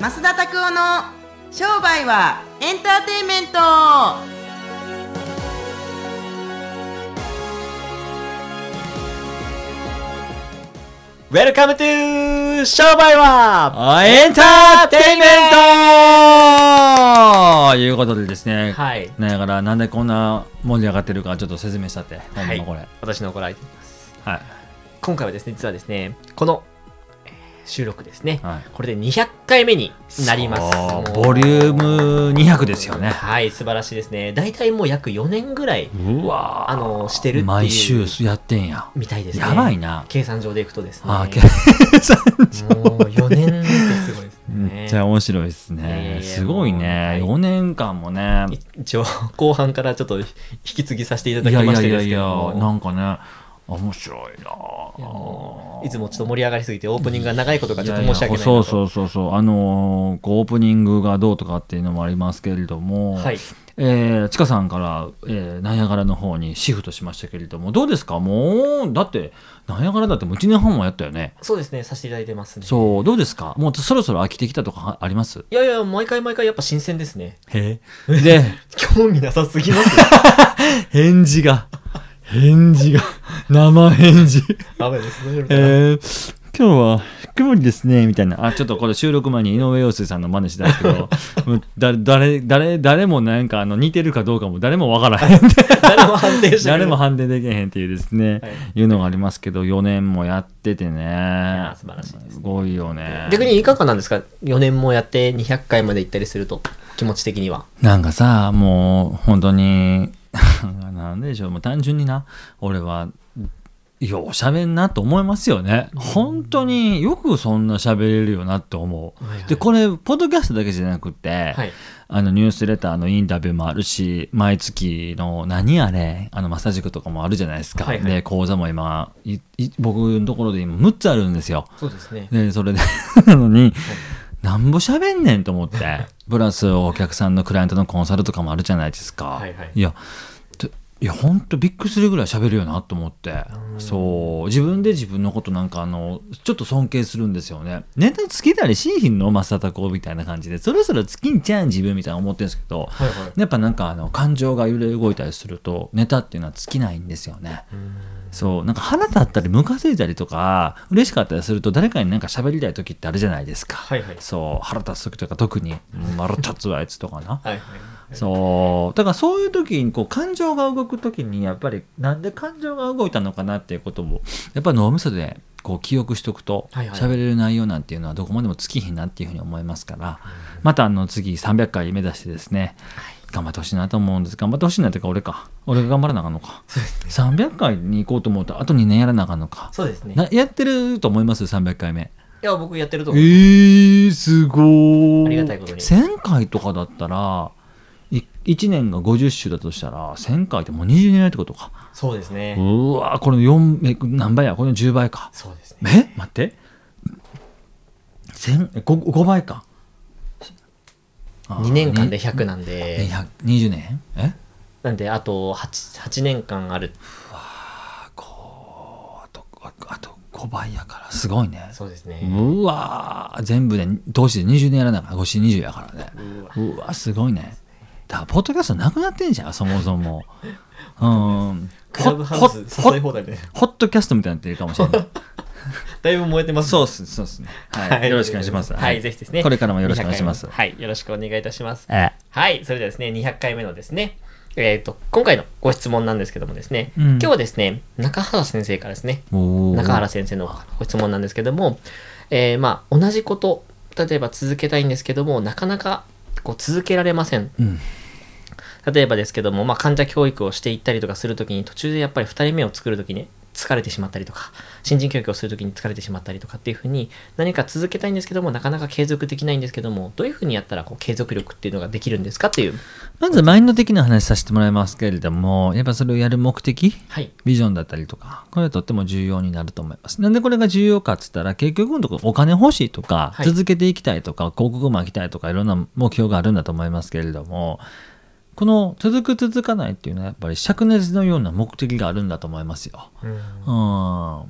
増田拓夫の商売はエンターテインメント。 Welcome to 商売はエンターテイメントということでですね、 はい。 だからなんでこんな盛り上がってるかちょっと説明したって、 はい、 これ私の行いています。 はい。 今回はですね、実はですね、この収録ですね、 はい、 これで200回目になります。 ボリューム200ですよね。 はい、素晴らしいですね。大体もう約4年ぐらい、してるっていう。 毎週やってんや。 みたいですね。 やばいな。 計算上でいくとですね。 計算上。 もう4年ってすごいですね。 めっちゃ面白いですね。すごいね。4年間もね。 一応、後半からちょっと引き継ぎさせていただきましてですけども。 いやなんかね。面白いな。 いつもちょっと盛り上がりすぎてオープニングが長いことがちょっと申し訳ないなと。 そうオープニングがどうとかっていうのもありますけれども、 はい。 ちかさんから、ナイアガラの方にシフトしましたけれども、どうですか？もうだってナイアガラだってもう1年半もやったよね。 そうですね、させていただいてますね。 そう、どうですか？もうそろそろ飽きてきたとかあります？ いや毎回やっぱ新鮮ですね。 へえ。で興味なさすぎます返事が生返事ダメですね。 今日は曇りですねみたいな。ちょっとこれ収録前に井上陽水さんの真似したんですけどもう誰もなんか似てるかどうかも誰もわからへん誰も判定して誰も判定できへんっていうですね、 はい、 いうのがありますけど、4年もやっててね。 素晴らしいですね。 すごいよね。 逆にいかがなんですか？4年もやって200回まで行ったりすると、気持ち的には。 なんかさ、もう本当になんでしょう、もう単純にな、俺はよう喋んなと思いますよね。本当によくそんな喋れるよなって思う。でこれポッドキャストだけじゃなくて、はい、ニュースレターのインタビューもあるし、毎月のマッサージ塾とかもあるじゃないですか。はいはい、で講座も今僕のところで今6つあるんですよ。 そうですね。 でそれでなのに、はい、なんぼ喋んねんと思ってプラスお客さんのクライアントのコンサルとかもあるじゃないですか。はいはい、いやほんとびっくりするぐらい喋るよなと思って、そう自分で自分のことなんかちょっと尊敬するんですよね。ネタつけたりしーひんの増田こうみたいな感じで、そろそろつきんちゃうん自分みたいな思ってるんですけど、はいはい、やっぱなんか感情が揺れ動いたりするとネタっていうのはつきないんですよね。そうなんか腹立ったりムカついたりとか嬉しかったりすると誰かになんか喋りたい時ってあるじゃないですか。はいはい、そう腹立つ時とか特に腹立つわあいつとかな。はいはい、そうだからそういう時に感情が動く時にやっぱりなんで感情が動いたのかなっていうこともやっぱり脳みそで記憶しておくと喋れる内容なんていうのはどこまでも尽きひんなっていうふうに思いますから、また次300回目指してですね、頑張ってほしいなと思うんです。頑張ってほしいなというか俺が頑張らなあかんのか。300回に行こうと思うとあと2年やらなあかんのか。そうですね。やってると思います300回目。 いや僕やってると思います。 すごー。 ありがたいことに 1000回とかだったら1年が50週だとしたら1000回ってもう20年やるってことか。 そうですね。 うわこれ何倍や、これ10倍か。 そうですね。 待って5倍か。 2年間で100なんで 20年なんであと 8年間ある。 あと5倍やからすごいね。 そうですね。 うわ全部で投資で20年やらなから5×20やからね。うわすごいね。だからポッドキャストなくなってんじゃんそもそも。 クラブハウス誘い放題でホットキャストみたいになってるかもしれない。 だいぶ燃えてます。 そうですね。はい、よろしくお願いします。 はい、ぜひですね。 これからもよろしくお願いします。 はい、よろしくお願いいたします。はい、それではですね、200回目のですね、今回のご質問なんですけどもですね、今日はですね、中原先生からですね、中原先生のご質問なんですけども、同じこと、例えば続けたいんですけども、なかなか続けられません。例えばですけども、患者教育をしていったりとかするときに途中でやっぱり2人目を作るときに疲れてしまったりとか、新人教育をするときに疲れてしまったりとかっていうふうに何か続けたいんですけどもなかなか継続できないんですけども、どういうふうにやったら継続力っていうのができるんですかっていう。 まずマインド的な話させてもらいますけれども、やっぱそれをやる目的、ビジョンだったりとか、これはとっても重要になると思います。なんでこれが重要かっつったら、結局のところお金欲しいとか、続けていきたいとか広告巻きたいとかいろんな目標があるんだと思いますけれども、この続く続かないっていうのはやっぱり灼熱のような目的があるんだと思いますよ。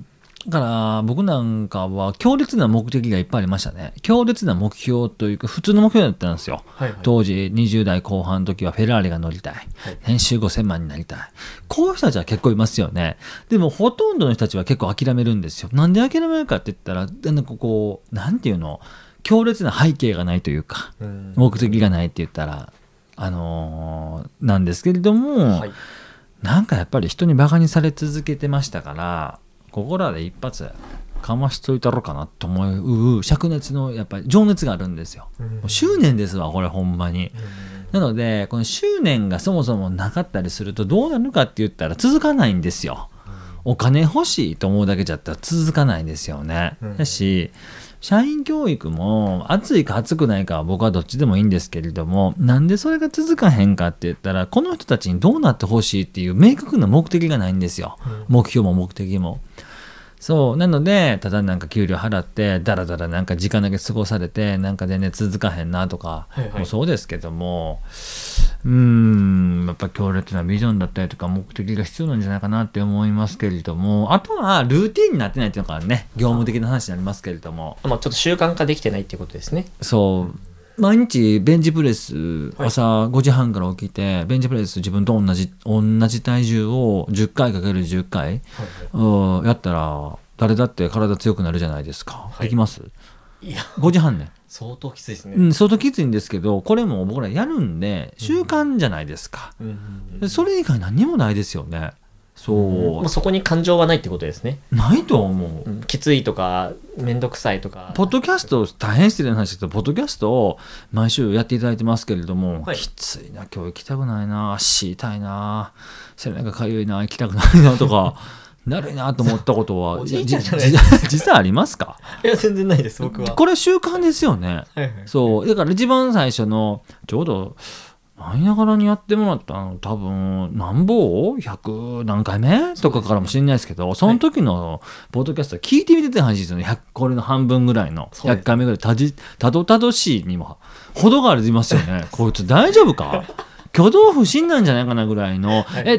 だから僕なんかは強烈な目的がいっぱいありましたね。強烈な目標というか普通の目標だったんですよ、はいはい、当時20代後半の時はフェラーリが乗りたい、はい、年収5000万になりたい。こういう人たちは結構いますよね。でもほとんどの人たちは結構諦めるんですよ。なんで諦めるかって言ったらなんていうの、強烈な背景がないというか、目的がないって言ったらなんですけれども、はい、なんかやっぱり人にバカにされ続けてましたから、ここらで一発かましといたろかなと思う灼熱のやっぱり情熱があるんですよ、もう執念ですわこれほんまに、なのでこの執念がそもそもなかったりするとどうなるかって言ったら続かないんですよ。お金欲しいと思うだけじゃったら続かないんですよね、だし社員教育も熱いか熱くないかは僕はどっちでもいいんですけれども、なんでそれが続かへんかって言ったら、この人たちにどうなってほしいっていう明確な目的がないんですよ、目標も目的も。そうなのでただなんか給料払ってだらだらなんか時間だけ過ごされてなんか全然続かへんなとかもそうですけども、やっぱ強烈なビジョンだったりとか目的が必要なんじゃないかなって思いますけれども、あとはルーティンになってないっていうのがね業務的な話になりますけれども、 ちょっと習慣化できてないっていうことですね。 そう毎日ベンチプレス朝5時半から起きてベンチプレス自分と同じ体重を10回かける10回、やったら誰だって体強くなるじゃないですか、できます？ いや 5時半ね相当きついですね、 相当きついんですけど、これも僕らやるんで習慣じゃないですか、それ以外何にもないですよね。そう、 そこに感情はないってことですね。 ないと思う、 きついとかめんどくさいとか。 ポッドキャスト大変失礼な話ですけどポッドキャストを毎週やっていただいてますけれども、きついな今日行きたくないな足痛いな背中かゆいな行きたくないなとかなるなと思ったことは実はありますか？ いや全然ないです僕は。 これ習慣ですよね、そうだから一番最初のちょうど何やからにやってもらったの多分何本100何回目とかからもしれないですけど、その時のポッドキャスト聞いてみてた話ですよね。これの半分ぐらいの100回目ぐらいたどたどしいにも程がありますよねこいつ大丈夫か挙動不審なんじゃないかなぐらいの、はい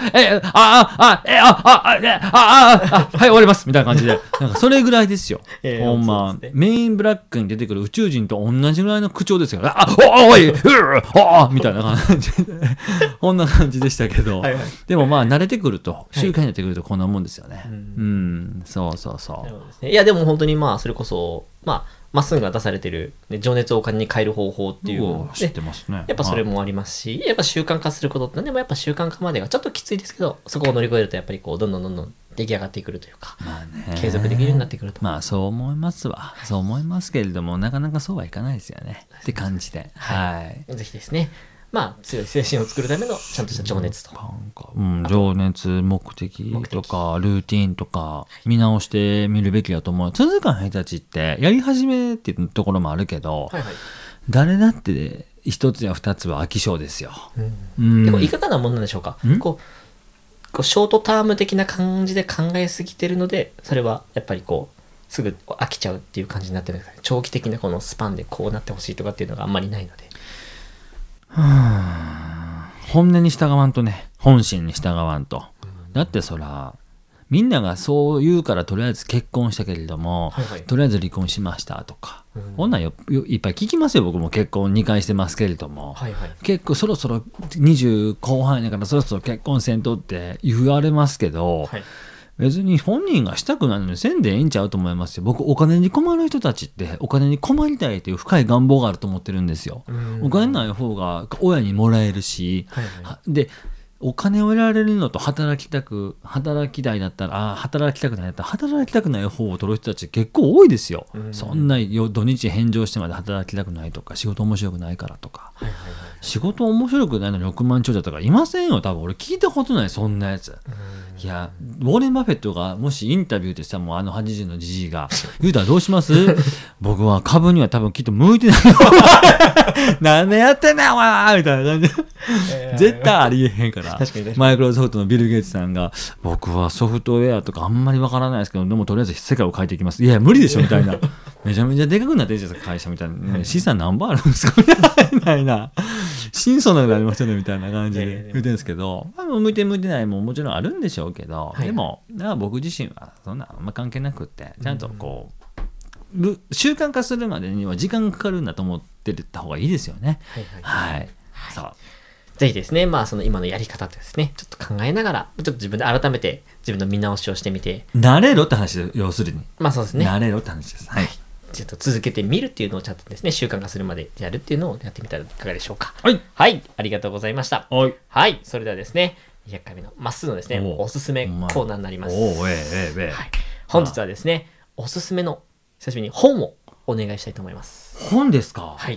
終わりますみたいな感じで、なんかそれぐらいですよ。ほんま、メインブラックに出てくる宇宙人と同じぐらいの口調ですよ。おいみたいな感じで、こんな感じでしたけど、でも慣れてくると、習慣になってくるとこんなもんですよね。そうそうそう。 いやでも本当にそれこそまっすぐが出されてる、ね、情熱をお金に変える方法っていう、 知ってますね。 やっぱそれもありますし、やっぱ習慣化することってでもやっぱ習慣化までがちょっときついですけど、そこを乗り越えるとやっぱりどんどん出来上がってくるというか、継続できるようになってくると。 そう思いますわ。そう思いますけれどもなかなかそうはいかないですよねって感じで、 ぜひですね強い精神を作るためのちゃんとした情熱と、 情熱目的とかルーティンとか見直してみるべきだと思う。続かない人たちってやり始めっていうところもあるけど、誰だって一つや二つは飽き性ですよ。 いかがなものなんでしょうか。こうショートターム的な感じで考えすぎてるので、それはやっぱりすぐ飽きちゃうっていう感じになってるんですかね。長期的なこのスパンでこうなってほしいとかっていうのがあんまりないので、 本音に従わんとね、本心に従わんと。だってそらみんながそう言うからとりあえず結婚したけれども、とりあえず離婚しましたとか、こんなんいっぱい聞きますよ。僕も結婚2回してますけれども、結構そろそろ20後半やからそろそろ結婚せんとって言われますけど、別に本人がしたくないのにせんでええんちゃうと思いますよ。僕お金に困る人たちってお金に困りたいという深い願望があると思ってるんですよ。お金ない方が親にもらえるし、でお金を得られるのと働きたいだったら働きたくないだったら働きたくない方を取る人たち結構多いですよ。そんな土日返上してまで働きたくないとか仕事面白くないからとか、仕事面白くないのに6万長者とかいませんよ。多分俺聞いたことないそんなやつ。いやウォーレン・バフェットがもしインタビューでしたもん80のじじいが言うたらどうします僕は株には多分きっと向いてないなんでやってんねんお前みたいな感じで絶対ありえへんからマイクロソフトのビル・ゲイツさんが僕はソフトウェアとかあんまりわからないですけどでもとりあえず世界を変えていきます。いや無理でしょみたいなめちゃめちゃでかくなってるじゃないですか会社みたいな、資産何本あるんですかみたいな真相なくなりましたねみたいな感じで言ってるんですけど、向いて向いてないももちろんあるんでしょうけど、でも僕自身はそんなあんま関係なくってちゃんとこう、習慣化するまでには時間がかかるんだと思ってた方がいいですよね。はい。そうぜひですね、その今のやり方ってですね、ちょっと考えながら、ちょっと自分で改めて自分の見直しをしてみて。 慣れろって話で、要するに。 そうですね。 慣れろって話です。はい。 ちょっと続けてみるっていうのをちゃんとですね、習慣化するまでやるっていうのをやってみたらいかがでしょうか。 はい。 はい。ありがとうございました。 はい。 はい。それではですね、200回目のまっすーのですね、おすすめコーナーになります。はい。本日はですね、おすすめの、久しぶりに本をお願いしたいと思います。 本ですか？ はい。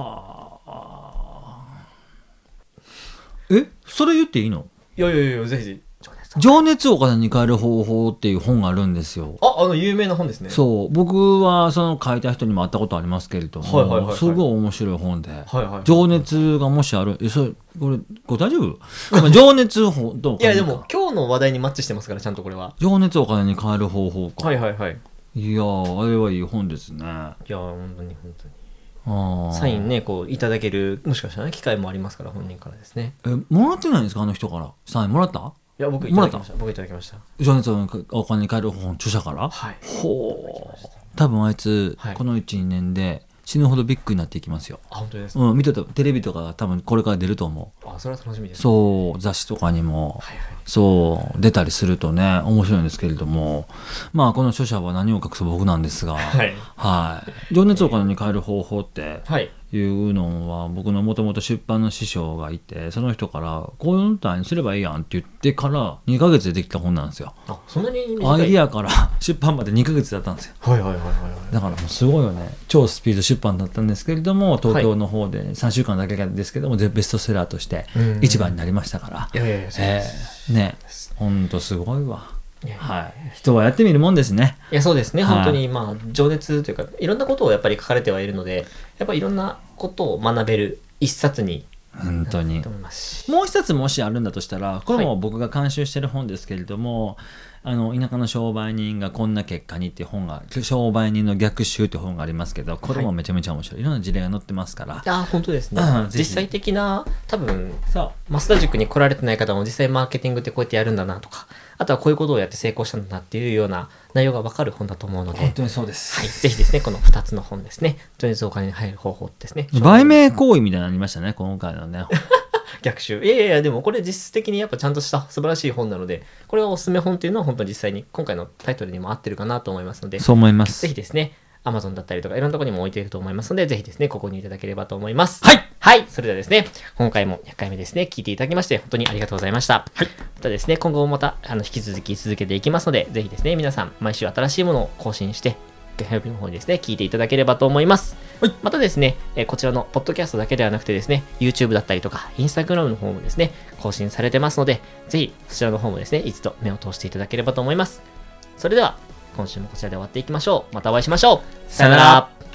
それ言っていいの？ いや、ぜひぜひ。 情熱をお金に変える方法っていう本があるんですよ。 有名な本ですね。 そう、僕はその書いた人にも会ったことありますけれども、すごい面白い本で、情熱がもしある、これ大丈夫？情熱といやでも今日の話題にマッチしてますからちゃんとこれは。 情熱をお金に変える方法か。 いやあれはいい本ですね。 いや本当に。サインねこういただけるもしかしたら、ね、機会もありますから本人からですね。 もらってないんですかあの人からサインもらった？ いや僕いただきました。 情熱をお金に変える本著者から。 はい。 多分あいつ、この 1,2 年で死ぬほどビッグになっていきますよ。 本当ですか？ 見てたテレビとか多分これから出ると思う。 それは楽しみです、ね。 そう雑誌とかにも、そう出たりするとね面白いんですけれども、この著者は何を隠す僕なんですが、情熱をお金に変える方法っていうのは僕のもともと出版の師匠がいて、その人からこういうのにすればいいやんって言ってから2ヶ月でできた本なんですよ。 そんなにアイディアから出版まで2ヶ月だったんですよ。だからもうすごいよね。超スピード出版だったんですけれども、東京の方で3週間だけですけどもベストセラーとして一番になりましたから。ね、ほんとすごいわ。人はやってみるもんですね。 いやそうですね、本当に情熱というかいろんなことをやっぱり書かれてはいるので、やっぱりいろんなことを学べる一冊に本当にもう一冊もしあるんだとしたら、これも僕が監修してる本ですけれども、田舎の商売人がこんな結果にっていう本が、商売人の逆襲っていう本がありますけど、これもめちゃめちゃ面白い、いろんな事例が載ってますから。 本当ですね。実際的な多分増田塾に来られてない方も実際マーケティングってこうやってやるんだなとか、あとはこういうことをやって成功したんだなっていうような内容が分かる本だと思うので、 本当にそうです。 ぜひですねこの2つの本ですね、情熱お金に入る方法ですね。 売名行為みたいなのありましたね今回のね。 逆襲。いやでもこれ実質的にやっぱちゃんとした素晴らしい本なので、これはおすすめ本っていうのは本当に実際に今回のタイトルにも合ってるかなと思いますので、 そう思います。 ぜひですね Amazon だったりとかいろんなところにも置いていると思いますので、ぜひですねご購入いただければと思います。それではですね今回も100回目ですね聞いていただきまして本当にありがとうございました。またですね今後もまた引き続き続けていきますので、ぜひですね皆さん毎週新しいものを更新して火曜日の方にですね聞いていただければと思います。またですね、こちらのポッドキャストだけではなくてですね YouTube だったりとか Instagram の方もですね更新されてますので、ぜひそちらの方もですね一度目を通していただければと思います。それでは今週もこちらで終わっていきましょう。またお会いしましょう。さよなら。